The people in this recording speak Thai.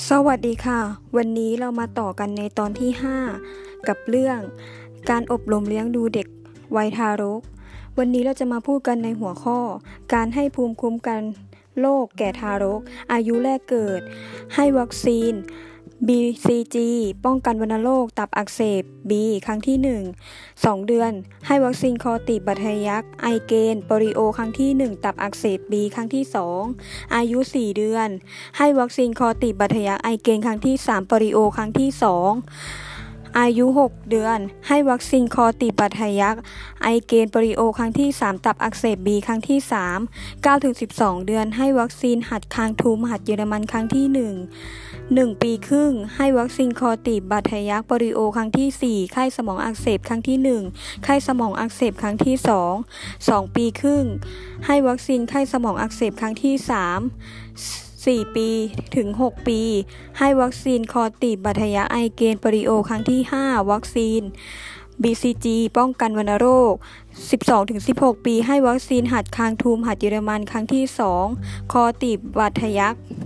สวัสดีค่ะวันนี้เรามาต่อกันในตอนที่5กับเรื่องการอบรมเลี้ยงดูเด็กวัยทารกวันนี้เราจะมาพูดกันในหัวข้อการให้ภูมิคุ้มกันโรคแก่ทารกอายุแรกเกิดให้วัคซีน BCG ป้องกันวัณโรคตับอักเสบ B ครั้งที่1 2 เดือนให้วัคซีนคอติบาทะยักไอเกนโปลิโอครั้งที่1ตับอักเสบ B ครั้งที่2อายุ4 เดือนให้วัคซีนคอติบาทะยักไอเกนครั้งที่3โปลิโอครั้งที่2อายุ6 เดือนให้วัคซีนคอติบาทะยักไอเกนโปลิโอครั้งที่3ตับอักเสบ B ครั้งที่3 9-12 เดือนให้วัคซีนหัดคางทูมหัดเยอรมันครั้งที่1 ปีครึ่งให้วัคซีนคอติบาทะยักโปลิโอครั้งที่4ไข้สมองอักเสบครั้งที่1ไข้สมองอักเสบครั้งที่2 ปีครึ่งให้วัคซีนไข้สมองอักเสบครั้งที่4 ปีถึง6 ปีให้วัคซีนคอติบาทะยักไอเกนโปลิโอครั้งที่5วัคซีน BCG ป้องกันวัณโรค 12-16 ปีให้วัคซีนหัดคางทูมหัดเยอรมันครั้งที่2คอติบาทะยัก